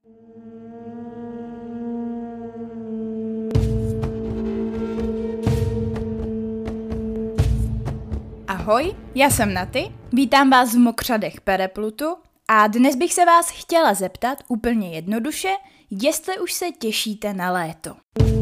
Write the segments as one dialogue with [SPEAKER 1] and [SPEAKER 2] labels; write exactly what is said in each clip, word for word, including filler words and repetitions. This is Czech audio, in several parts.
[SPEAKER 1] Ahoj, já jsem Naty, vítám vás v Mokřadech Pereplutu a dnes bych se vás chtěla zeptat úplně jednoduše, jestli už se těšíte na léto.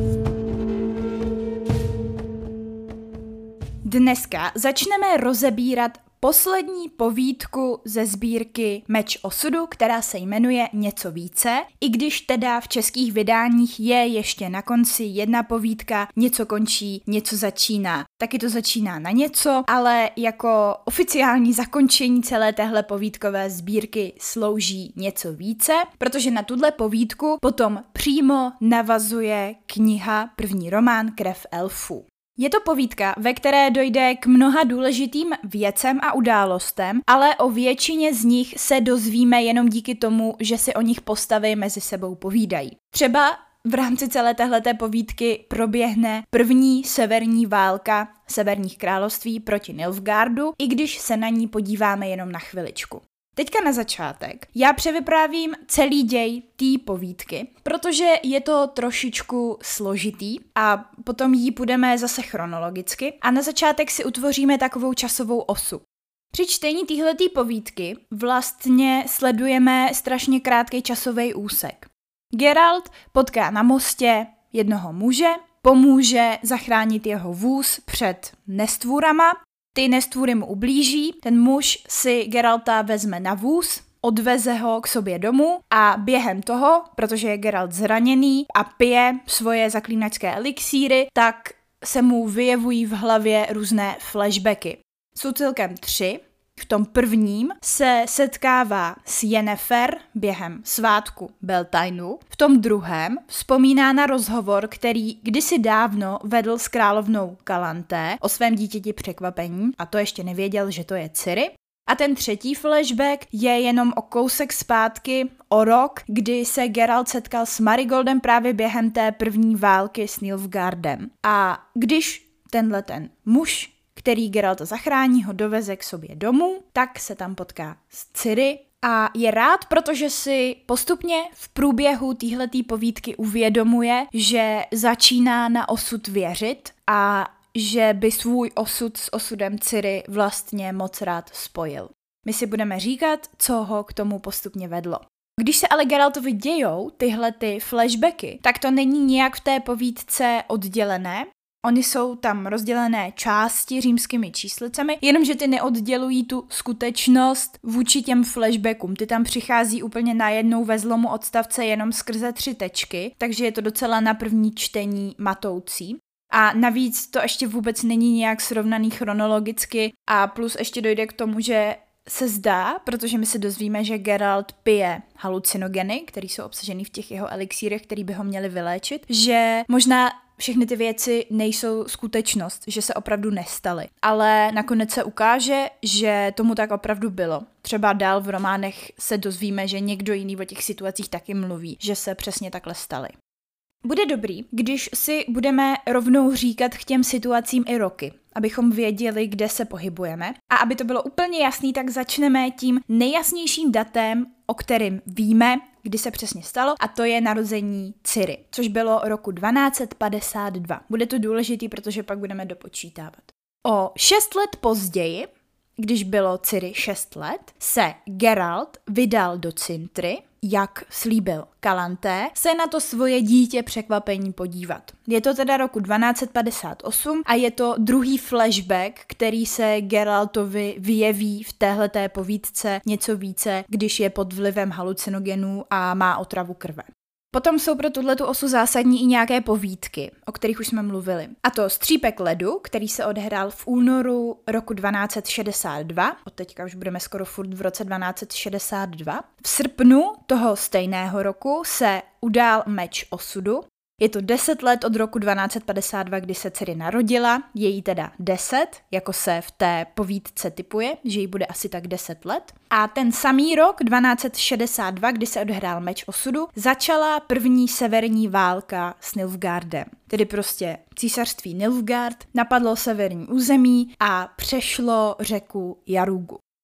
[SPEAKER 1] Dneska začneme rozebírat poslední povídku ze sbírky Meč osudu, která se jmenuje Něco více, i když teda v českých vydáních je ještě na konci jedna povídka Něco končí, něco začíná. Taky to začíná na něco, ale jako oficiální zakončení celé téhle povídkové sbírky slouží Něco více, protože na tuhle povídku potom přímo navazuje kniha, první román Krev elfů. Je to povídka, ve které dojde k mnoha důležitým věcem a událostem, ale o většině z nich se dozvíme jenom díky tomu, že si o nich postavy mezi sebou povídají. Třeba v rámci celé téhleté povídky proběhne první severní válka severních království proti Nilfgaardu, i když se na ní podíváme jenom na chviličku. Teďka na začátek. Já převyprávím celý děj té povídky, protože je to trošičku složitý a potom jí půjdeme zase chronologicky a na začátek si utvoříme takovou časovou osu. Při čtení téhletý povídky vlastně sledujeme strašně krátký časový úsek. Geralt potká na mostě jednoho muže, pomůže zachránit jeho vůz před nestvůrama. Ty nestvůry mu ublíží, ten muž si Geralta vezme na vůz, odveze ho k sobě domů a během toho, protože je Geralt zraněný a pije svoje zaklínačské elixíry, tak se mu vyjevují v hlavě různé flashbacky. Jsou celkem tři. V tom prvním se setkává s Yennefer během svátku Beltainu. V tom druhém vzpomíná na rozhovor, který kdysi dávno vedl s královnou Galanté o svém dítěti překvapení, a to ještě nevěděl, že to je Ciri. A ten třetí flashback je jenom o kousek zpátky, o rok, kdy se Geralt setkal s Marigoldem právě během té první války s Nilfgaardem. A když tenhle ten muž, který Geralta zachrání, ho doveze k sobě domů, tak se tam potká s Ciri a je rád, protože si postupně v průběhu téhletý povídky uvědomuje, že začíná na osud věřit a že by svůj osud s osudem Ciri vlastně moc rád spojil. My si budeme říkat, co ho k tomu postupně vedlo. Když se ale Geraltovi dějou tyhle ty flashbacky, tak to není nějak v té povídce oddělené. Oni jsou tam rozdělené části římskými číslicemi, jenomže ty neoddělují tu skutečnost vůči těm flashbackům. Ty tam přichází úplně najednou ve zlomu odstavce jenom skrze tři tečky, takže je to docela na první čtení matoucí. A navíc to ještě vůbec není nějak srovnaný chronologicky a plus ještě dojde k tomu, že se zdá, protože my se dozvíme, že Geralt pije halucinogeny, které jsou obsaženy v těch jeho elixírech, které by ho měly vyléčit, že možná všechny ty věci nejsou skutečnost, že se opravdu nestaly. Ale nakonec se ukáže, že tomu tak opravdu bylo. Třeba dál v románech se dozvíme, že někdo jiný o těch situacích taky mluví, že se přesně takhle staly. Bude dobrý, když si budeme rovnou říkat k těm situacím i roky, abychom věděli, kde se pohybujeme. A aby to bylo úplně jasný, tak začneme tím nejjasnějším datem, o kterém víme, kdy se přesně stalo, a to je narození Ciri, což bylo roku dvanáct set padesát dva. Bude to důležitý, protože pak budeme dopočítávat. O šest let později, když bylo Ciri šest let, se Geralt vydal do Cintry, jak slíbil Galanté, se na to svoje dítě překvapení podívat. Je to teda roku dvanáct set padesát osm a je to druhý flashback, který se Geraltovi vyjeví v téhleté povídce Něco více, když je pod vlivem halucinogenů a má otravu krve. Potom jsou pro tuhletu osu zásadní i nějaké povídky, o kterých už jsme mluvili. A to Střípek ledu, který se odehrál v únoru roku dvanáct set šedesát dva, od teďka už budeme skoro furt v roce dvanáct set šedesát dva. V srpnu toho stejného roku se udál Meč osudu. Je to deset let od roku dvanáct set padesát dva, kdy se Ciri narodila, je jí teda deset, jako se v té povídce tipuje, že jí bude asi tak deset let. A ten samý rok, dvanáct set šedesát dva, kdy se odehrál Meč osudu, začala první severní válka s Nilfgaardem. Tedy prostě císařství Nilfgaard napadlo severní území a přešlo řeku Jarugu.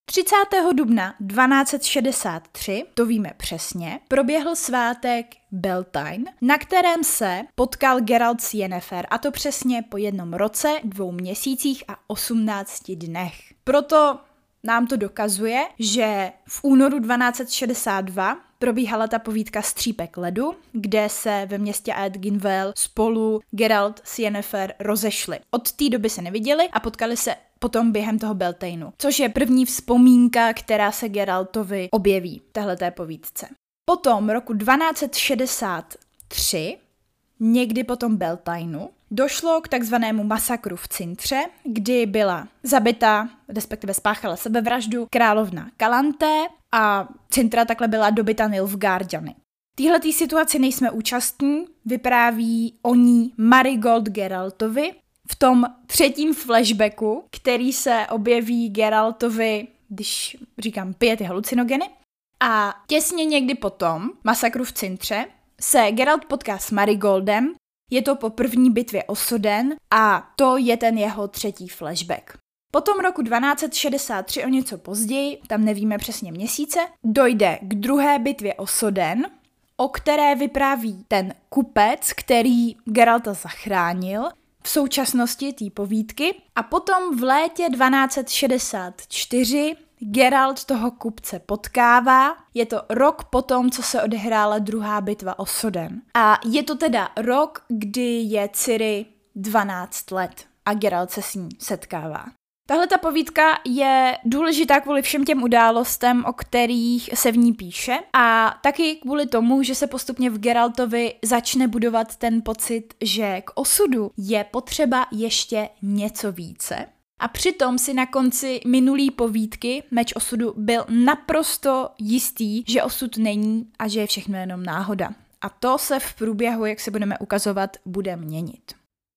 [SPEAKER 1] třicátého dubna dvanáct set šedesát tři, to víme přesně, proběhl svátek Beltane, na kterém se potkal Geralt s Yennefer, a to přesně po jednom roce, dvou měsících a osmnácti dnech. Proto nám to dokazuje, že v únoru dvanáct set šedesát dva probíhala ta povídka Střípek ledu, kde se ve městě Eadginvale spolu Geralt s Yennefer rozešli. Od té doby se neviděli a potkali se potom během toho Beltaneu, což je první vzpomínka, která se Geraltovi objeví v téhleté povídce. Potom roku dvanáct set šedesát tři, někdy po tom Beltaneu, došlo k takzvanému masakru v Cintře, kdy byla zabita, respektive spáchala sebevraždu královna Kalanté a Cintra takhle byla dobyta Nilfgaarďany. Téhletý situaci nejsme účastní, vypráví o ní Marigold Geraltovi v tom třetím flashbacku, který se objeví Geraltovi, když říkám pije ty halucinogeny. A těsně někdy potom, masakru v Cintře, se Geralt potká s Marigoldem. Je to po první bitvě o Soden a to je ten jeho třetí flashback. Potom roku dvanáct set šedesát tři, o něco později, tam nevíme přesně měsíce, dojde k druhé bitvě o Soden, o které vypráví ten kupec, který Geralta zachránil v současnosti té povídky. A potom v létě dvanáct set šedesát čtyři Geralt toho kupce potkává. Je to rok potom, co se odehrála druhá bitva o Soden. A je to teda rok, kdy je Ciri dvanáct let a Geralt se s ní setkává. Tahle ta povídka je důležitá kvůli všem těm událostem, o kterých se v ní píše, a taky kvůli tomu, že se postupně v Geraltovi začne budovat ten pocit, že k osudu je potřeba ještě něco více. A přitom si na konci minulý povídky Meč osudu byl naprosto jistý, že osud není a že je všechno jenom náhoda. A to se v průběhu, jak se budeme ukazovat, bude měnit.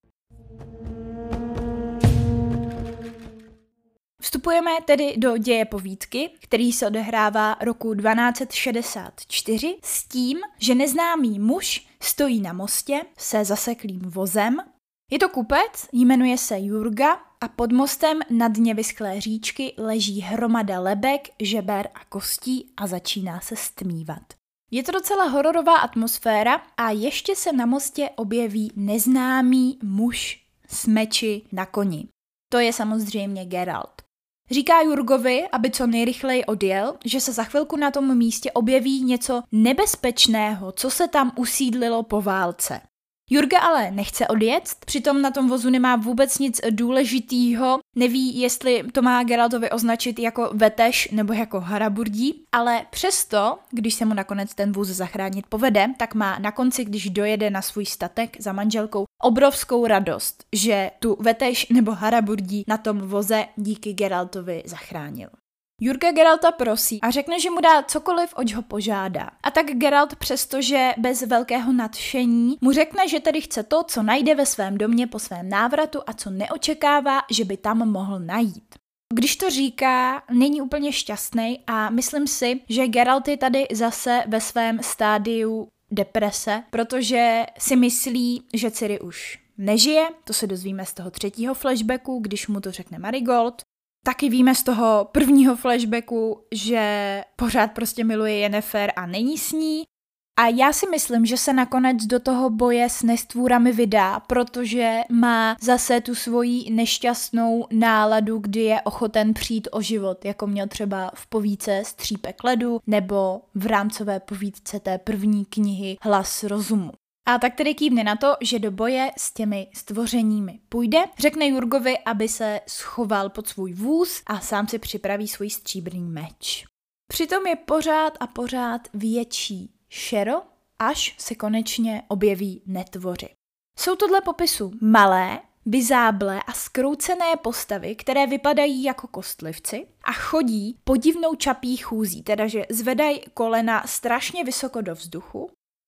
[SPEAKER 1] Vstupujeme tedy do děje povídky, který se odehrává roku dvanáct set šedesát čtyři s tím, že neznámý muž stojí na mostě se zaseklým vozem. Je to kupec, jmenuje se Jurga a pod mostem na dně vyschlé říčky leží hromada lebek, žeber a kostí a začíná se stmívat. Je to docela hororová atmosféra a ještě se na mostě objeví neznámý muž s meči na koni. To je samozřejmě Geralt. Říká Jurgovi, aby co nejrychleji odjel, že se za chvilku na tom místě objeví něco nebezpečného, co se tam usídlilo po válce. Jurga ale nechce odjet, přitom na tom vozu nemá vůbec nic důležitýho, neví, jestli to má Geraltovi označit jako veteš nebo jako haraburdí, ale přesto, když se mu nakonec ten vůz zachránit povede, tak má na konci, když dojede na svůj statek za manželkou, obrovskou radost, že tu veteš nebo haraburdí na tom voze díky Geraltovi zachránil. Jurga Geralta prosí a řekne, že mu dá cokoliv, oč ho požádá. A tak Geralt, přestože bez velkého nadšení, mu řekne, že tedy chce to, co najde ve svém domě po svém návratu a co neočekává, že by tam mohl najít. Když to říká, není úplně šťastný a myslím si, že Geralt je tady zase ve svém stádiu deprese, protože si myslí, že Ciri už nežije, to se dozvíme z toho třetího flashbacku, když mu to řekne Marigold. Taky víme z toho prvního flashbacku, že pořád prostě miluje Yennefer a není s ní. A já si myslím, že se nakonec do toho boje s nestvůrami vydá, protože má zase tu svoji nešťastnou náladu, kdy je ochoten přijít o život, jako měl třeba v povídce Střípek ledu nebo v rámcové povídce té první knihy Hlas rozumu. A tak tedy kývne na to, že do boje s těmi stvořeními půjde, řekne Jurgovi, aby se schoval pod svůj vůz a sám si připraví svůj stříbrný meč. Přitom je pořád a pořád větší šero, až se konečně objeví netvoři. Jsou to dle popisu malé, vyzáblé a zkroucené postavy, které vypadají jako kostlivci a chodí podivnou čapí chůzí, teda že zvedají kolena strašně vysoko do vzduchu.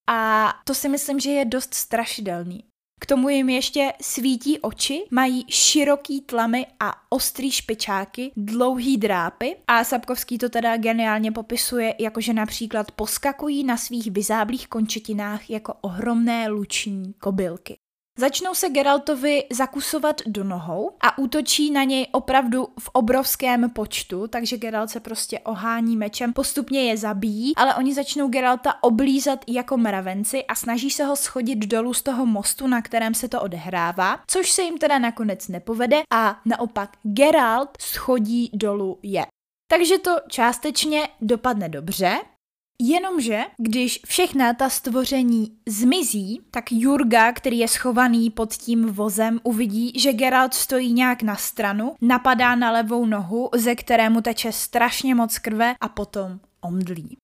[SPEAKER 1] A to si myslím, že je dost strašidelný. K tomu jim ještě svítí oči, mají široký tlamy a ostrý špičáky, dlouhý drápy a Sapkowski to teda geniálně popisuje, jakože například poskakují na svých vyzáblých končetinách jako ohromné luční kobylky. Začnou se Geraltovi zakusovat do nohou a útočí na něj opravdu v obrovském počtu, takže Geralt se prostě ohání mečem, postupně je zabíjí, ale oni začnou Geralta oblízat jako mravenci a snaží se ho schodit dolů z toho mostu, na kterém se to odehrává, což se jim teda nakonec nepovede a naopak Geralt schodí dolů je. Takže to částečně dopadne dobře. Jenomže, když všechna ta stvoření zmizí, tak Jurga, který je schovaný pod tím vozem, uvidí, že Geralt stojí nějak na stranu, napadá na levou nohu, ze kterému teče strašně moc krve a potom omdlí.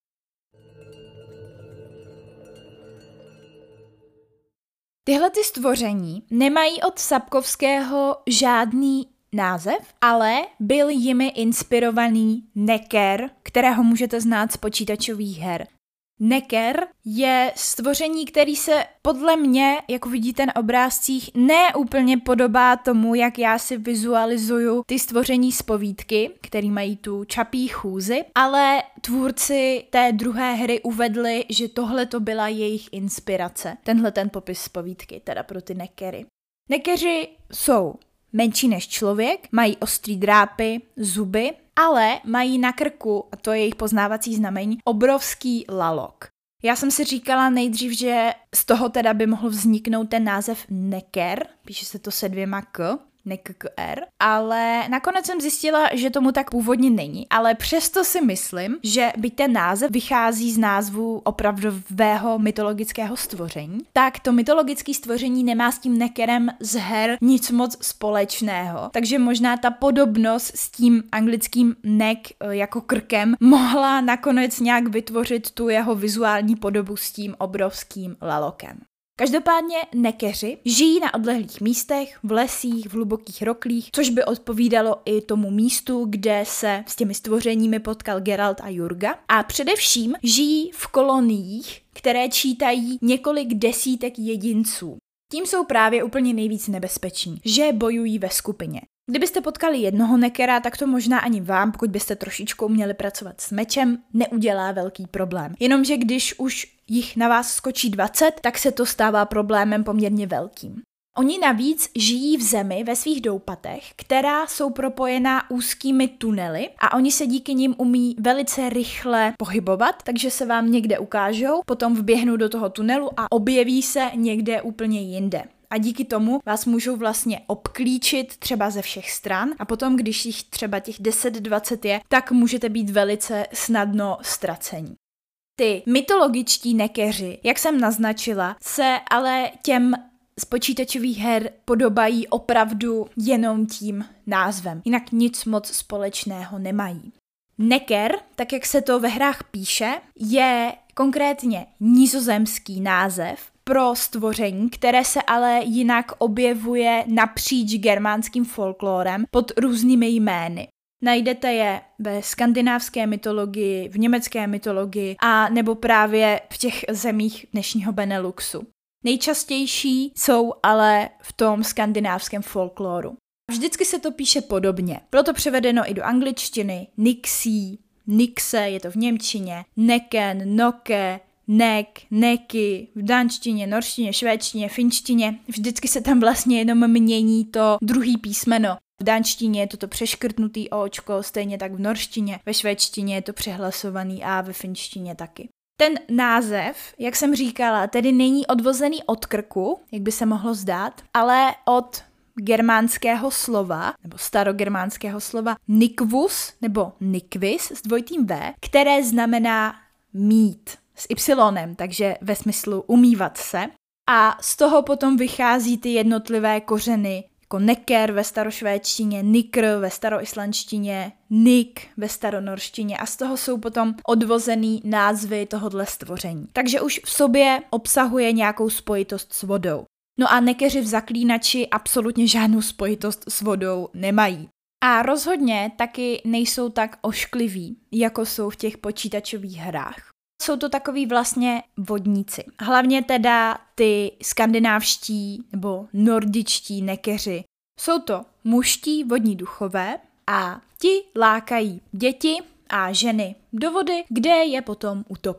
[SPEAKER 1] Tyhle ty stvoření nemají od Sapkowského žádný název, ale byl jimi inspirovaný Necker, kterého můžete znát z počítačových her. Necker je stvoření, který se podle mě, jako vidíte na obrázcích, ne úplně podobá tomu, jak já si vizualizuju ty stvoření z povídky, který mají tu čapí chůzi, ale tvůrci té druhé hry uvedli, že tohle to byla jejich inspirace. Tenhle ten popis z povídky, teda pro ty Neckery. Neckeři jsou menší než člověk, mají ostrý drápy, zuby, ale mají na krku, a to je jejich poznávací znamení, obrovský lalok. Já jsem si říkala nejdřív, že z toho teda by mohl vzniknout ten název Necker, píše se to se dvěma k, Necker, ale nakonec jsem zjistila, že tomu tak původně není, ale přesto si myslím, že byť ten název vychází z názvu opravdového mytologického stvoření, tak to mytologické stvoření nemá s tím Neckerem z her nic moc společného, takže možná ta podobnost s tím anglickým neck jako krkem mohla nakonec nějak vytvořit tu jeho vizuální podobu s tím obrovským lalokem. Každopádně Neckeři žijí na odlehlých místech, v lesích, v hlubokých roklích, což by odpovídalo i tomu místu, kde se s těmi stvořeními potkal Geralt a Jurga. A především žijí v koloniích, které čítají několik desítek jedinců. Tím jsou právě úplně nejvíc nebezpeční, že bojují ve skupině. Kdybyste potkali jednoho Neckera, tak to možná ani vám, pokud byste trošičku uměli pracovat s mečem, neudělá velký problém. Jenomže když už jich na vás skočí dvacet, tak se to stává problémem poměrně velkým. Oni navíc žijí v zemi ve svých doupatech, která jsou propojená úzkými tunely a oni se díky nim umí velice rychle pohybovat, takže se vám někde ukážou, potom vběhnou do toho tunelu a objeví se někde úplně jinde. A díky tomu vás můžou vlastně obklíčit třeba ze všech stran a potom, když jich třeba těch deset dvacet je, tak můžete být velice snadno ztracení. Ty mytologičtí Neckeři, jak jsem naznačila, se ale těm z počítačových her podobají opravdu jenom tím názvem. Jinak nic moc společného nemají. Necker, tak jak se to ve hrách píše, je konkrétně nizozemský název pro stvoření, které se ale jinak objevuje napříč germánským folklórem pod různými jmény. Najdete je ve skandinávské mytologii, v německé mytologii a nebo právě v těch zemích dnešního Beneluxu. Nejčastější jsou ale v tom skandinávském folkloru. Vždycky se to píše podobně. Bylo to převedeno i do angličtiny, Nixie, Nixe, je to v němčině, Neken, Noke, Nek, Neky, v dánštině, norštině, švédštině, finštině. Vždycky se tam vlastně jenom mění to druhý písmeno. V dánštině je toto přeškrtnutý očko, stejně tak v norštině, ve švédštině je to přehlasovaný a ve finštině taky. Ten název, jak jsem říkala, tedy není odvozený od krku, jak by se mohlo zdát, ale od germánského slova, nebo starogermánského slova nikvus, nebo nikvis s dvojitým V, které znamená mít s Y, takže ve smyslu umývat se. A z toho potom vychází ty jednotlivé kořeny, jako Necker ve starošvédštině, Nikr ve staroislandštině, Nik ve staronorštině a z toho jsou potom odvozený názvy tohodle stvoření. Takže už v sobě obsahuje nějakou spojitost s vodou. No a Neckeři v Zaklínači absolutně žádnou spojitost s vodou nemají. A rozhodně taky nejsou tak oškliví, jako jsou v těch počítačových hrách. Jsou to takový vlastně vodníci. Hlavně teda ty skandinávští nebo nordičtí Neckeři. Jsou to mužští vodní duchové a ti lákají děti a ženy do vody, kde je potom utopí.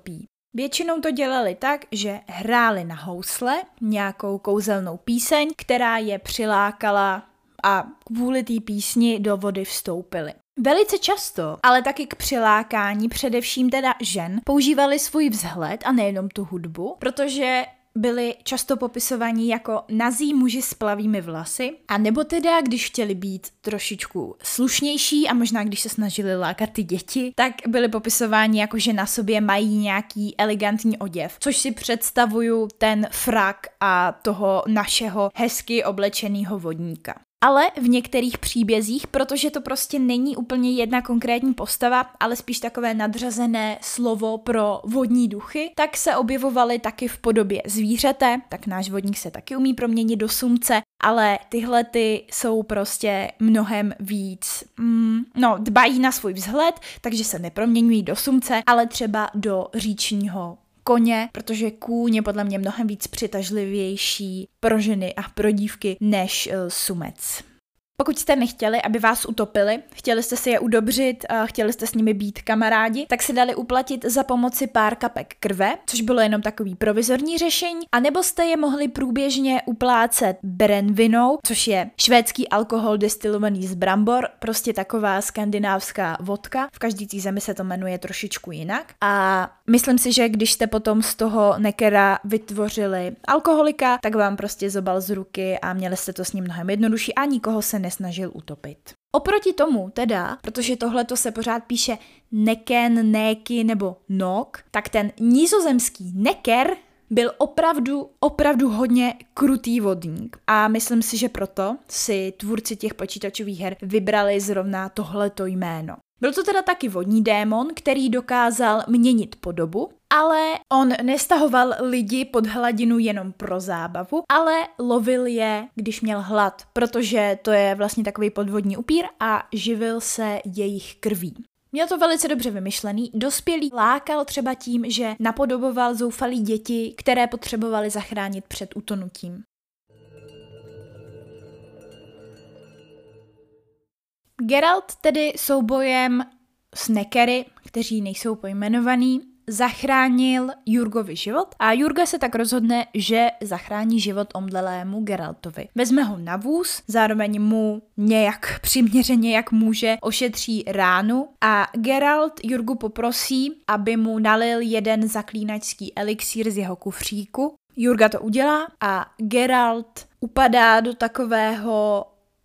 [SPEAKER 1] Většinou to dělali tak, že hráli na housle nějakou kouzelnou píseň, která je přilákala a kvůli té písni do vody vstoupili. Velice často, ale taky k přilákání především teda žen, používali svůj vzhled a nejenom tu hudbu, protože byli často popisovaní jako nazí muži s plavými vlasy, a nebo teda, když chtěli být trošičku slušnější a možná když se snažili lákat ty děti, tak byli popisováni jako, že na sobě mají nějaký elegantní oděv, což si představuju ten frak a toho našeho hezky oblečeného vodníka. Ale v některých příbězích, protože to prostě není úplně jedna konkrétní postava, ale spíš takové nadřazené slovo pro vodní duchy, tak se objevovaly taky v podobě zvířete, tak náš vodník se taky umí proměnit do sumce, ale tyhle ty jsou prostě mnohem víc, mm, no dbají na svůj vzhled, takže se neproměňují do sumce, ale třeba do říčního koně, protože kůň je podle mě mnohem víc přitažlivější pro ženy a pro dívky než uh, sumec. Pokud jste nechtěli, aby vás utopili, chtěli jste si je udobřit, chtěli jste s nimi být kamarádi, tak si dali uplatit za pomoci pár kapek krve, což bylo jenom takový provizorní řešení, anebo jste je mohli průběžně uplácet brenvinou, což je švédský alkohol destilovaný z brambor, prostě taková skandinávská vodka. V každý té zemi se to jmenuje trošičku jinak. A myslím si, že když jste potom z toho nekera vytvořili alkoholika, tak vám prostě zobal z ruky a měli jste to s ním mnohem jednodušší a nikoho se nesnažil utopit. Oproti tomu teda, protože tohleto se pořád píše neken, néky nebo nok, tak ten nizozemský neker byl opravdu, opravdu hodně krutý vodník. A myslím si, že proto si tvůrci těch počítačových her vybrali zrovna tohleto jméno. Byl to teda taky vodní démon, který dokázal měnit podobu, ale on nestahoval lidi pod hladinu jenom pro zábavu, ale lovil je, když měl hlad, protože to je vlastně takový podvodní upír a živil se jejich krví. Měl to velice dobře vymyšlený, dospělý lákal třeba tím, že napodoboval zoufalý děti, které potřebovali zachránit před utonutím. Geralt tedy soubojem s nekery, kteří nejsou pojmenovaní, zachránil Jurgovi život a Jurga se tak rozhodne, že zachrání život omdlelému Geraltovi. Vezme ho na vůz, zároveň mu nějak přiměřeně jak může ošetří ránu a Geralt Jurgu poprosí, aby mu nalil jeden zaklínačský elixír z jeho kufříku. Jurga to udělá a Geralt upadá do takového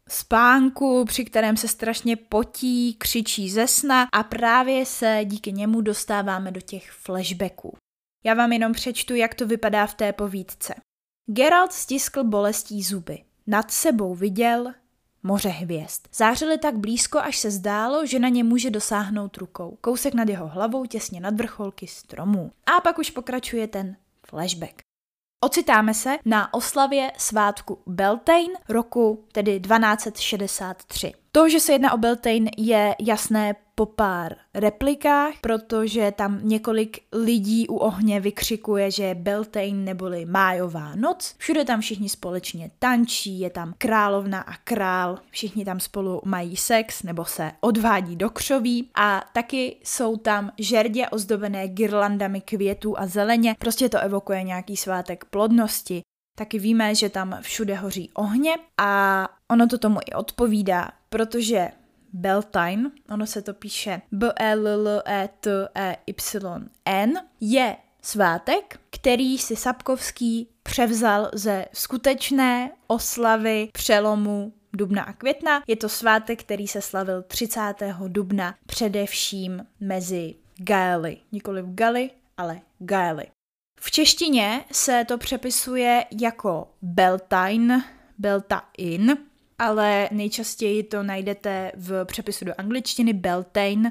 [SPEAKER 1] spánku, při kterém se strašně potí, křičí ze sna a právě se díky němu dostáváme do těch flashbacků. Já vám jenom přečtu, jak to vypadá v té povídce. Geralt stiskl bolestí zuby. Nad sebou viděl moře hvězd. Zářily tak blízko, až se zdálo, že na ně může dosáhnout rukou. Kousek nad jeho hlavou, těsně nad vrcholky stromů. A pak už pokračuje ten flashback. Ocitáme se na oslavě svátku Beltane roku tedy dvanáct set šedesát tři. To, že se jedná o Beltane, je jasné po pár replikách, protože tam několik lidí u ohně vykřikuje, že je Beltane neboli májová noc. Všude tam všichni společně tančí, je tam královna a král, všichni tam spolu mají sex nebo se odvádí do křoví a taky jsou tam žerdě ozdobené girlandami květů a zeleně, prostě to evokuje nějaký svátek plodnosti. Taky víme, že tam všude hoří ohně a ono to tomu i odpovídá, protože Beltane, ono se to píše B E L L E T E Y N, je svátek, který si Sapkovský převzal ze skutečné oslavy přelomu dubna a května. Je to svátek, který se slavil třicátého dubna především mezi Gaely, nikoli v Gali, ale Gaely. V češtině se to přepisuje jako Beltane, Beltane, ale nejčastěji to najdete v přepisu do angličtiny Beltane,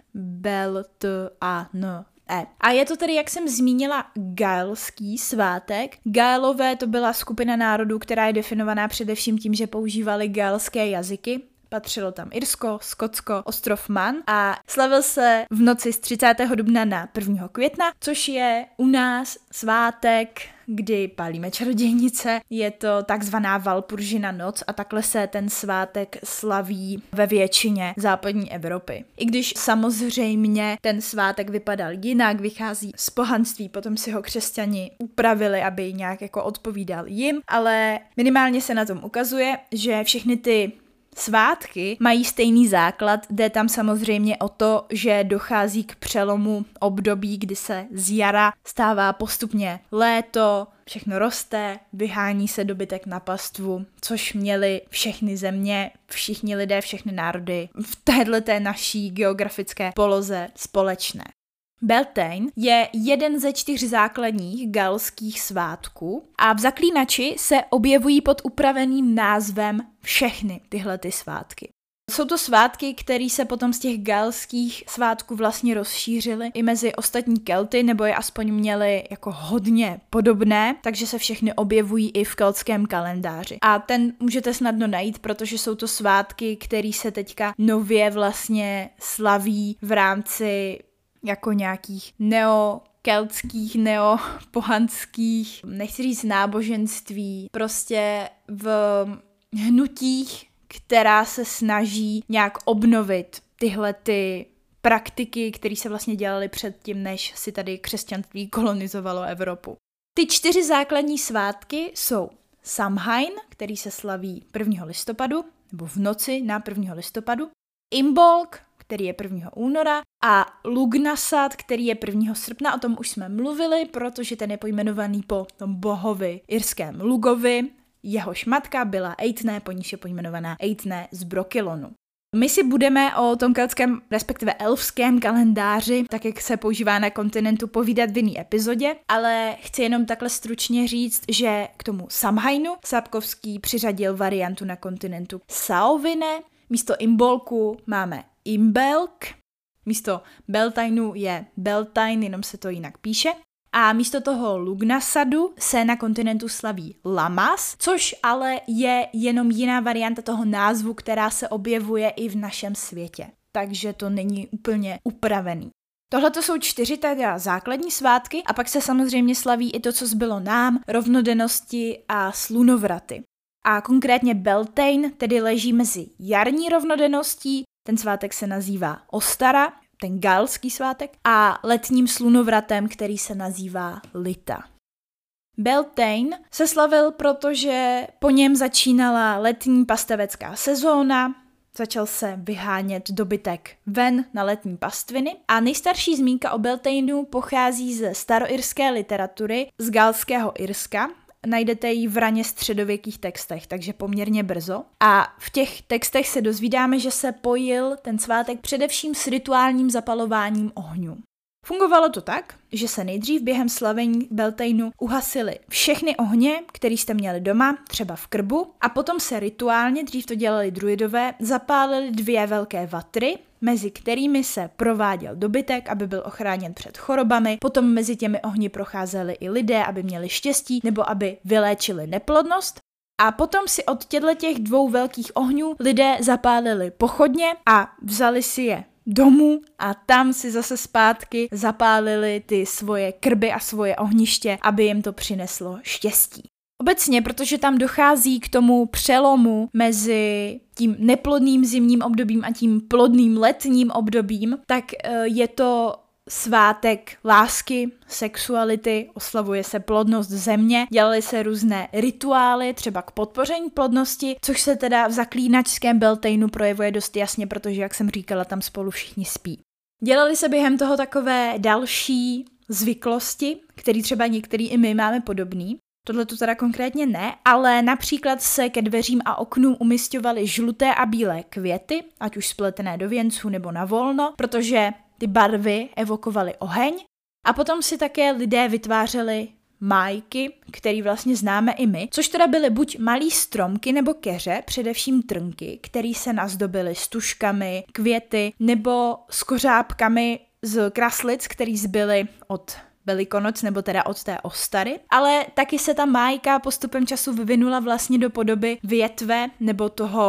[SPEAKER 1] Beltane. A je to tedy, jak jsem zmínila, gaelský svátek. Gaelové to byla skupina národů, která je definovaná především tím, že používali gaelské jazyky. patřilo tam Irsko, Skotsko, ostrov Man a slavil se v noci z třicátého dubna na prvního května, což je u nás svátek, kdy pálíme čarodějnice. Je to takzvaná Valpuržina noc a takhle se ten svátek slaví ve většině západní Evropy. I když samozřejmě ten svátek vypadal jinak, vychází z pohanství, potom si ho křesťani upravili, aby nějak jako odpovídal jim, ale minimálně se na tom ukazuje, že všechny ty svátky mají stejný základ, jde tam samozřejmě o to, že dochází k přelomu období, kdy se z jara stává postupně léto, všechno roste, vyhání se dobytek na pastvu, což měly všechny země, všichni lidé, všechny národy v téhleté naší geografické poloze společné. Beltane je jeden ze čtyř základních galských svátků a v Zaklínači se objevují pod upraveným názvem všechny tyhle ty svátky. Jsou to svátky, které se potom z těch galských svátků vlastně rozšířily i mezi ostatní Kelty, nebo je aspoň měly jako hodně podobné, takže se všechny objevují i v keltském kalendáři. A ten můžete snadno najít, protože jsou to svátky, které se teďka nově vlastně slaví v rámci jako nějakých neokeltských, neopohanských, nechci říct náboženství, prostě v hnutích, která se snaží nějak obnovit tyhle ty praktiky, které se vlastně dělaly předtím, než si tady křesťanství kolonizovalo Evropu. Ty čtyři základní svátky jsou Samhain, který se slaví prvního listopadu, nebo v noci na prvního listopadu, Imbolc, který je prvního února, a Lugnasad, který je prvního srpna, o tom už jsme mluvili, protože ten je pojmenovaný po tom bohovi irském Lugovi, jehož matka byla Eithne, po níž je pojmenovaná Eithne z Brokilonu. My si budeme o tom keltském, respektive elfském kalendáři, tak jak se používá na kontinentu, povídat v jiný epizodě, ale chci jenom takhle stručně říct, že k tomu Samhainu Sapkovský přiřadil variantu na kontinentu Saovine, místo Imbolku máme Imbelk, místo Beltainu je Beltane, jenom se to jinak píše. A místo toho Lugnasadu se na kontinentu slaví Lammas, což ale je jenom jiná varianta toho názvu, která se objevuje i v našem světě. Takže to není úplně upravený. Tohle to jsou čtyři teda základní svátky a pak se samozřejmě slaví i to, co zbylo nám, rovnodennosti a slunovraty. A konkrétně Beltane tedy leží mezi jarní rovnodenností, ten svátek se nazývá Ostara, ten galský svátek, a letním slunovratem, který se nazývá Lita. Beltane se slavil, protože po něm začínala letní pastevecká sezóna, začal se vyhánět dobytek ven na letní pastviny a nejstarší zmínka o Beltaneu pochází ze staroirské literatury z galského Irska. Najdete ji v raně středověkých textech, takže poměrně brzo. A v těch textech se dozvídáme, že se pojil ten svátek především s rituálním zapalováním ohňů. Fungovalo to tak, že se nejdřív během slavení Beltaneu uhasily všechny ohně, které jste měli doma, třeba v krbu, a potom se rituálně, dřív to dělali druidové, zapálily dvě velké vatry, mezi kterými se prováděl dobytek, aby byl ochráněn před chorobami, potom mezi těmi ohni procházeli i lidé, aby měli štěstí, nebo aby vyléčili neplodnost. A potom si od těchto dvou velkých ohňů lidé zapálili pochodně a vzali si je domů a tam si zase zpátky zapálili ty svoje krby a svoje ohniště, aby jim to přineslo štěstí. Obecně, protože tam dochází k tomu přelomu mezi tím neplodným zimním obdobím a tím plodným letním obdobím, tak je to svátek lásky, sexuality, oslavuje se plodnost země, dělaly se různé rituály, třeba k podpoření plodnosti, což se teda v zaklínačském Beltaneu projevuje dost jasně, protože, jak jsem říkala, tam spolu všichni spí. Dělaly se během toho takové další zvyklosti, které třeba některý i my máme podobný. Tohle tu teda konkrétně ne, ale například se ke dveřím a oknům umisťovaly žluté a bílé květy, ať už spletené do věnců nebo na volno, protože ty barvy evokovaly oheň. A potom si také lidé vytvářeli májky, které vlastně známe i my, což teda byly buď malý stromky nebo keře, především trnky, které se nazdobily stužkami, květy nebo s kořápkami z kraslic, které zbyly od Velikonoc, nebo teda od té Ostary, ale taky se ta májka postupem času vyvinula vlastně do podoby větve nebo toho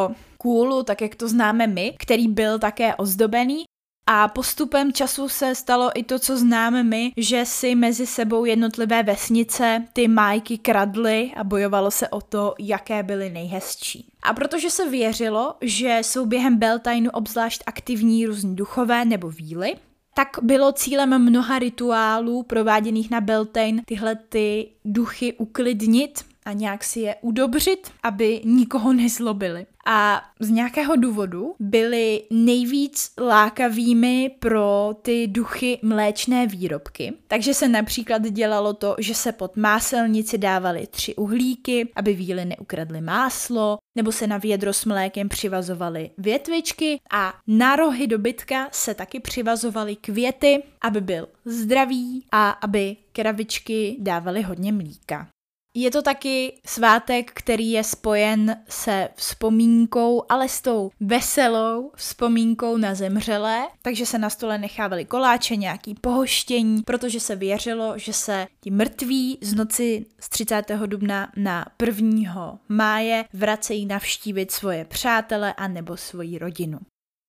[SPEAKER 1] kůlu, tak jak to známe my, který byl také ozdobený. A postupem času se stalo i to, co známe my, že si mezi sebou jednotlivé vesnice ty májky kradly a bojovalo se o to, jaké byly nejhezčí. A protože se věřilo, že jsou během Beltainu obzvlášť aktivní různí duchové nebo víly, tak bylo cílem mnoha rituálů prováděných na Beltane tyhle ty duchy uklidnit a nějak si je udobřit, aby nikoho nezlobili. A z nějakého důvodu byly nejvíc lákavými pro ty duchy mléčné výrobky. Takže se například dělalo to, že se pod máselnici dávaly tři uhlíky, aby víly neukradly máslo, nebo se na vědro s mlékem přivazovaly větvičky a na rohy dobytka se taky přivazovaly květy, aby byl zdravý a aby kravičky dávaly hodně mlíka. Je to taky svátek, který je spojen se vzpomínkou, ale s tou veselou vzpomínkou na zemřelé, takže se na stole nechávaly koláče, nějaký pohoštění, protože se věřilo, že se ti mrtví z noci z třicátého dubna na prvního máje vracejí navštívit svoje přátele a nebo svoji rodinu.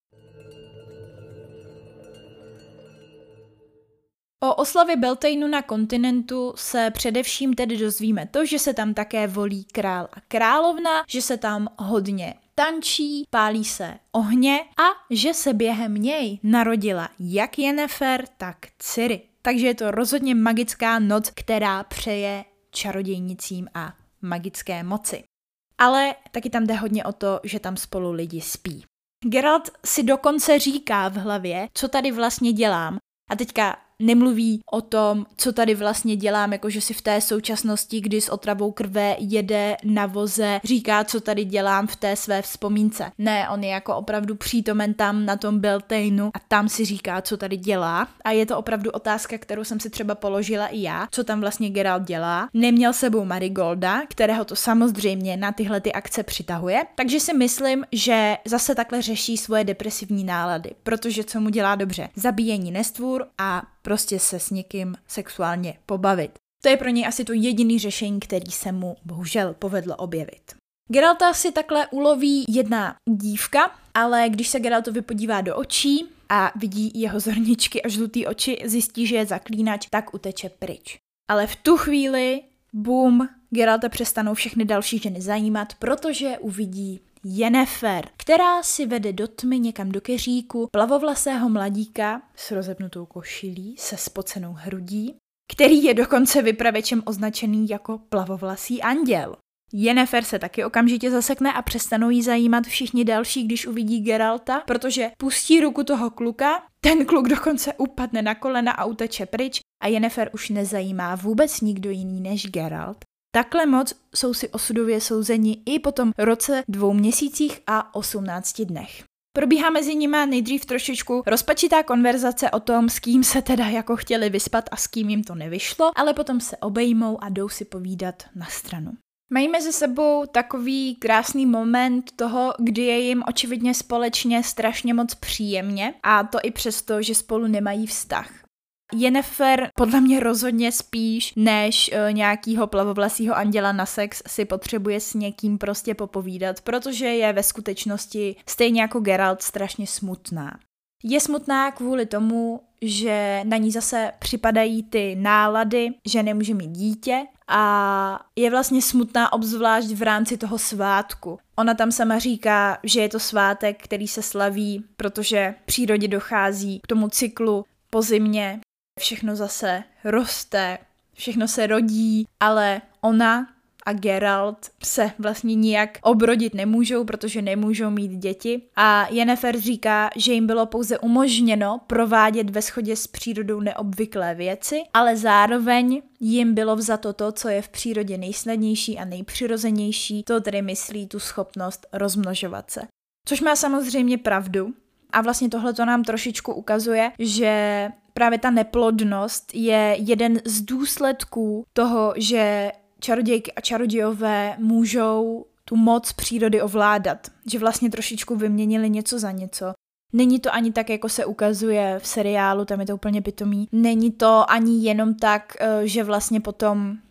[SPEAKER 1] O oslavě Beltainu na kontinentu se především tedy dozvíme to, že se tam také volí král a královna, že se tam hodně tančí, pálí se ohně a že se během něj narodila jak Yennefer, tak Ciri. Takže je to rozhodně magická noc, která přeje čarodějnicím a magické moci. Ale taky tam jde hodně o to, že tam spolu lidi spí. Geralt si dokonce říká v hlavě, co tady vlastně dělám. A teďka nemluví o tom, co tady vlastně dělám, jakože si v té současnosti, kdy s otravou krve jede na voze, říká, co tady dělám v té své vzpomínce. Ne, on je jako opravdu přítomen tam na tom Beltainu a tam si říká, co tady dělá. A je to opravdu otázka, kterou jsem si třeba položila i já, co tam vlastně Geralt dělá. Neměl sebou Marigolda, kterého to samozřejmě na tyhle ty akce přitahuje, takže si myslím, že zase takhle řeší svoje depresivní nálady, protože co mu dělá dobře? Zabíjení nestvůr a prostě se s někým sexuálně pobavit. To je pro něj asi to jediný řešení, který se mu bohužel povedlo objevit. Geralta si takhle uloví jedna dívka, ale když se Geraltovi podívá do očí a vidí jeho zorničky a žlutý oči, zjistí, že je zaklínač, tak uteče pryč. Ale v tu chvíli, bum, Geralta přestanou všechny další ženy zajímat, protože uvidí Yennefer, která si vede do tmy někam do keříku plavovlasého mladíka s rozepnutou košilí, se spocenou hrudí, který je dokonce vypravečem označený jako plavovlasý anděl. Yennefer se taky okamžitě zasekne a přestanou jí zajímat všichni další, když uvidí Geralta, protože pustí ruku toho kluka, ten kluk dokonce upadne na kolena a uteče pryč a Yennefer už nezajímá vůbec nikdo jiný než Geralt. Takhle moc jsou si osudově souzeni i po tom roce, dvou měsících a osmnácti dnech. Probíhá mezi nimi nejdřív trošičku rozpačitá konverzace o tom, s kým se teda jako chtěli vyspat a s kým jim to nevyšlo, ale potom se obejmou a jdou si povídat na stranu. Mají mezi sebou takový krásný moment toho, kdy je jim očividně společně strašně moc příjemně a to i přesto, že spolu nemají vztah. Yennefer podle mě rozhodně spíš než e, nějakýho plavovlasího anděla na sex si potřebuje s někým prostě popovídat, protože je ve skutečnosti stejně jako Geralt strašně smutná. Je smutná kvůli tomu, že na ní zase připadají ty nálady, že nemůže mít dítě a je vlastně smutná obzvlášť v rámci toho svátku. Ona tam sama říká, že je to svátek, který se slaví, protože v přírodě dochází k tomu cyklu po zimě, všechno zase roste, všechno se rodí, ale ona a Geralt se vlastně nijak obrodit nemůžou, protože nemůžou mít děti. A Yennefer říká, že jim bylo pouze umožněno provádět ve shodě s přírodou neobvyklé věci, ale zároveň jim bylo vzato to, co je v přírodě nejsnadnější a nejpřirozenější, to tedy myslí tu schopnost rozmnožovat se. Což má samozřejmě pravdu. A vlastně tohle to nám trošičku ukazuje, že právě ta neplodnost je jeden z důsledků toho, že čarodějky a čarodějové můžou tu moc přírody ovládat. Že vlastně trošičku vyměnili něco za něco. Není to ani tak, jako se ukazuje v seriálu, tam je to úplně pitomý. Není to ani jenom tak, že vlastně potom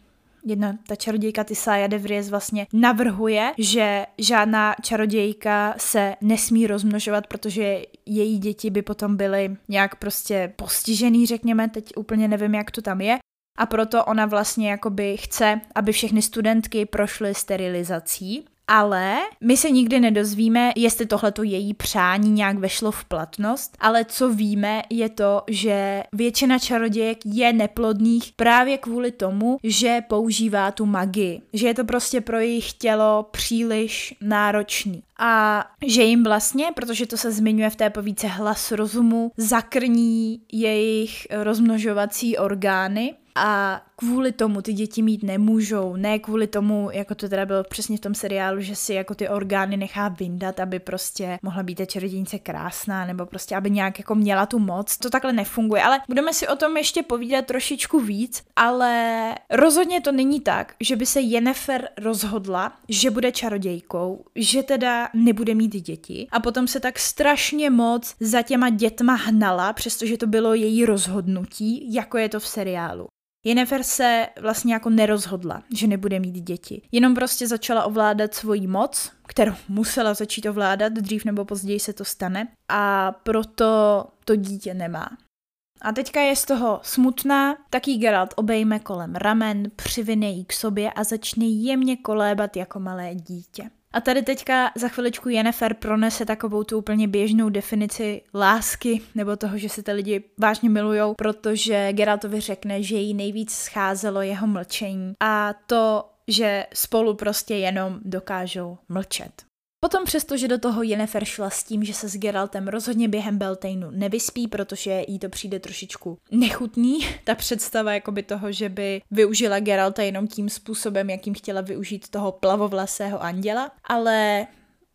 [SPEAKER 1] jedna ta čarodějka Tissaia de Vries vlastně navrhuje, že žádná čarodějka se nesmí rozmnožovat, protože její děti by potom byly nějak prostě postižený, řekněme, teď úplně nevím, jak to tam je. A proto ona vlastně jakoby chce, aby všechny studentky prošly sterilizací. Ale my se nikdy nedozvíme, jestli tohleto její přání nějak vešlo v platnost, ale co víme je to, že většina čarodějek je neplodných právě kvůli tomu, že používá tu magii, že je to prostě pro jejich tělo příliš náročný. A že jim vlastně, protože to se zmiňuje v té povídce Hlas rozumu, zakrní jejich rozmnožovací orgány, a kvůli tomu ty děti mít nemůžou, ne kvůli tomu, jako to teda bylo přesně v tom seriálu, že si jako ty orgány nechá vyndat, aby prostě mohla být ta čarodějnice krásná, nebo prostě aby nějak jako měla tu moc. To takhle nefunguje, ale budeme si o tom ještě povídat trošičku víc, ale rozhodně to není tak, že by se Yennefer rozhodla, že bude čarodějkou, že teda nebude mít děti a potom se tak strašně moc za těma dětma hnala, přestože to bylo její rozhodnutí, jako je to v seriálu. Yennefer se vlastně jako nerozhodla, že nebude mít děti. Jenom prostě začala ovládat svoji moc, kterou musela začít ovládat, dřív nebo později se to stane, a proto to dítě nemá. A teďka je z toho smutná, tak jí Geralt obejme kolem ramen, přivine jí k sobě a začne jemně kolébat jako malé dítě. A tady teďka za chviličku Yennefer pronese takovou tu úplně běžnou definici lásky, nebo toho, že se ty lidi vážně milujou, protože Geraltovi řekne, že jí nejvíc scházelo jeho mlčení a to, že spolu prostě jenom dokážou mlčet. Potom přesto, že do toho Yennefer šla s tím, že se s Geraltem rozhodně během Beltainu nevyspí, protože jí to přijde trošičku nechutný, ta představa jakoby toho, že by využila Geralta jenom tím způsobem, jakým chtěla využít toho plavovlasého anděla, ale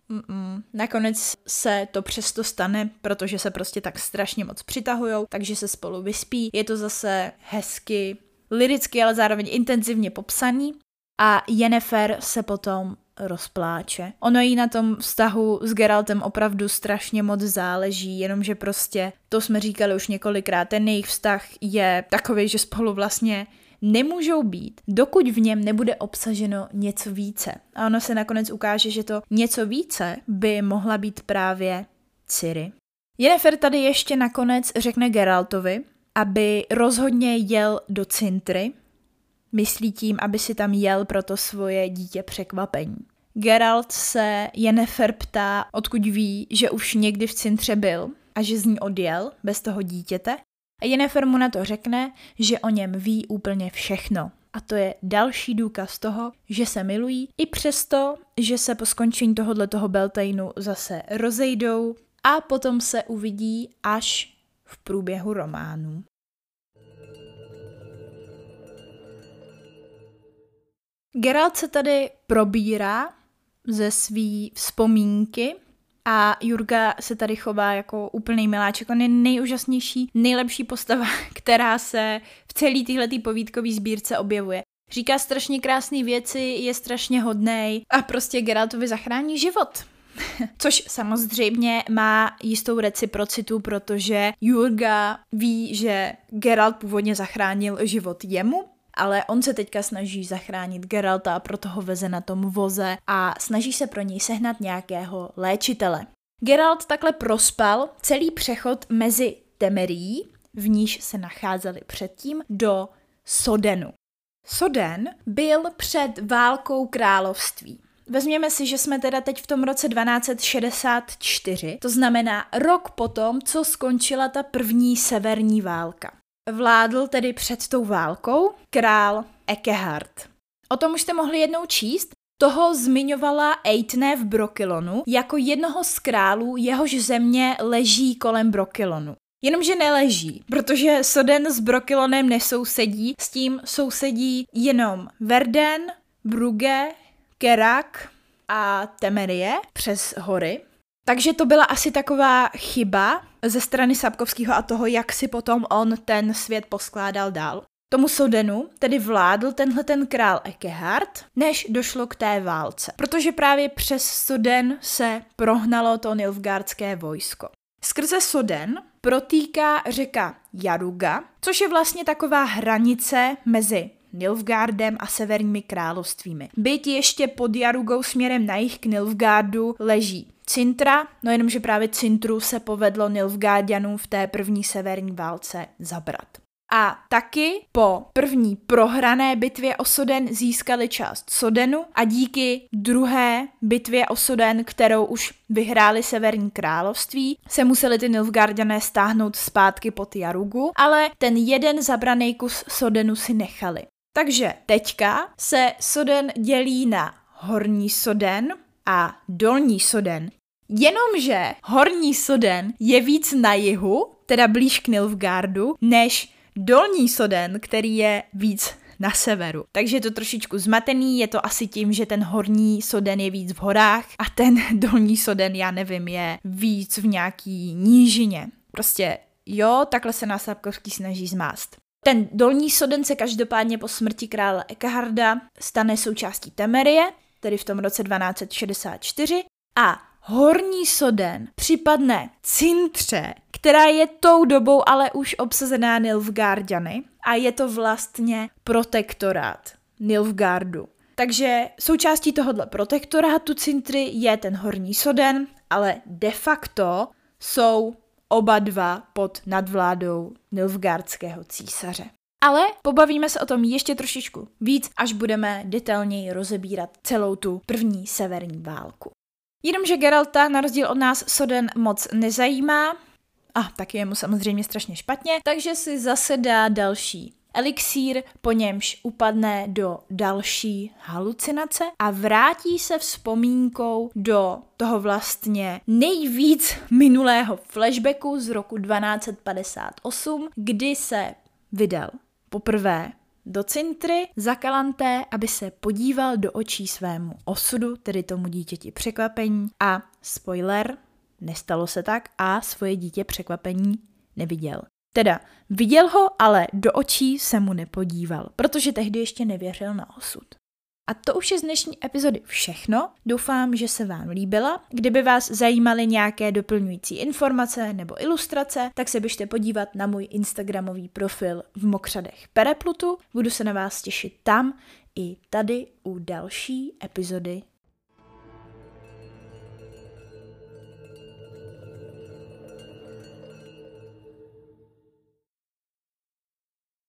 [SPEAKER 1] mm, nakonec se to přesto stane, protože se prostě tak strašně moc přitahujou, takže se spolu vyspí. Je to zase hezky, lyricky, ale zároveň intenzivně popsaný a Yennefer se potom rozpláče. Ono jí na tom vztahu s Geraltem opravdu strašně moc záleží, jenomže prostě, to jsme říkali už několikrát, ten jejich vztah je takový, že spolu vlastně nemůžou být, dokud v něm nebude obsaženo něco více. A ono se nakonec ukáže, že to něco více by mohla být právě Ciri. Yennefer tady ještě nakonec řekne Geraltovi, aby rozhodně jel do Cintry, myslí tím, aby si tam jel pro to svoje dítě překvapení. Geralt se Yennefer ptá, odkud ví, že už někdy v Cintře byl a že z ní odjel bez toho dítěte. A Yennefer mu na to řekne, že o něm ví úplně všechno. A to je další důkaz toho, že se milují, i přesto, že se po skončení tohoto Beltainu zase rozejdou a potom se uvidí až v průběhu románu. Geralt se tady probírá ze svý vzpomínky a Jurga se tady chová jako úplný miláček. On je nejúžasnější, nejlepší postava, která se v celé téhletý povídkový sbírce objevuje. Říká strašně krásné věci, je strašně hodnej a prostě Geraltovi zachrání život. Což samozřejmě má jistou reciprocitu, protože Jurga ví, že Geralt původně zachránil život jemu, ale on se teďka snaží zachránit Geralta a proto ho veze na tom voze a snaží se pro něj sehnat nějakého léčitele. Geralt takhle prospal celý přechod mezi Temerií, v níž se nacházeli předtím, do Sodenu. Soden byl před válkou království. Vezměme si, že jsme teda teď v tom roce dvanáct set šedesát čtyři, to znamená rok potom, co skončila ta první severní válka. Vládl tedy před tou válkou král Ekehard. O tom už jste mohli jednou číst. Toho zmiňovala Eithne v Brokilonu jako jednoho z králů, jehož země leží kolem Brokilonu. Jenomže neleží, protože Soden s Brokilonem nesousedí, s tím sousedí jenom Verden, Brugge, Kerak a Temerie přes hory. Takže to byla asi taková chyba ze strany Sapkovského a toho, jak si potom on ten svět poskládal dál. Tomu Sodenu tedy vládl tenhle ten král Ekehard, než došlo k té válce. Protože právě přes Soden se prohnalo to nilfgaardské vojsko. Skrze Soden protýká řeka Jaruga, což je vlastně taková hranice mezi Nilfgaardem a severními královstvími. Byť ještě pod Jarugou směrem na jih k Nilfgaardu leží Cintra, no jenomže právě Cintru se povedlo Nilfgaardianům v té první severní válce zabrat. A taky po první prohrané bitvě o Soden získali část Sodenu a díky druhé bitvě o Soden, kterou už vyhráli severní království, se museli ty Nilfgaardiané stáhnout zpátky pod Jarugu, ale ten jeden zabraný kus Sodenu si nechali. Takže teďka se Soden dělí na Horní Soden a Dolní Soden. Jenomže Horní Soden je víc na jihu, teda blíž k Nilfgaardu, než Dolní Soden, který je víc na severu. Takže je to trošičku zmatený, je to asi tím, že ten Horní Soden je víc v horách a ten Dolní Soden, já nevím, je víc v nějaký nížině. Prostě jo, takhle se nás Sapkowski snaží zmást. Ten Dolní Soden se každopádně po smrti krále Eckharda stane součástí Temerie, tedy v tom roce dvanáct set šedesát čtyři, a Horní Soden připadne Cintře, která je tou dobou ale už obsazená Nilfgaardiany a je to vlastně protektorát Nilfgaardu. Takže součástí tohohle protektorátu Cintry je ten Horní Soden, ale de facto jsou oba dva pod nadvládou Nilfgaardského císaře. Ale pobavíme se o tom ještě trošičku víc, až budeme detailněji rozebírat celou tu první severní válku. Jenomže Geralta na rozdíl od nás Soden moc nezajímá, a taky je mu samozřejmě strašně špatně, takže si zase dá další elixír, po němž upadne do další halucinace a vrátí se vzpomínkou do toho vlastně nejvíc minulého flashbacku z roku dvanáct set padesát osm, kdy se vydal poprvé do Cintry za Kalanté, aby se podíval do očí svému osudu, tedy tomu dítěti překvapení, a spoiler, nestalo se tak a svoje dítě překvapení neviděl. Teda viděl ho, ale do očí se mu nepodíval, protože tehdy ještě nevěřil na osud. A to už je z dnešní epizody všechno. Doufám, že se vám líbila. Kdyby vás zajímaly nějaké doplňující informace nebo ilustrace, tak se běžte podívat na můj instagramový profil v Mokřadech Pereplutu. Budu se na vás těšit tam i tady u další epizody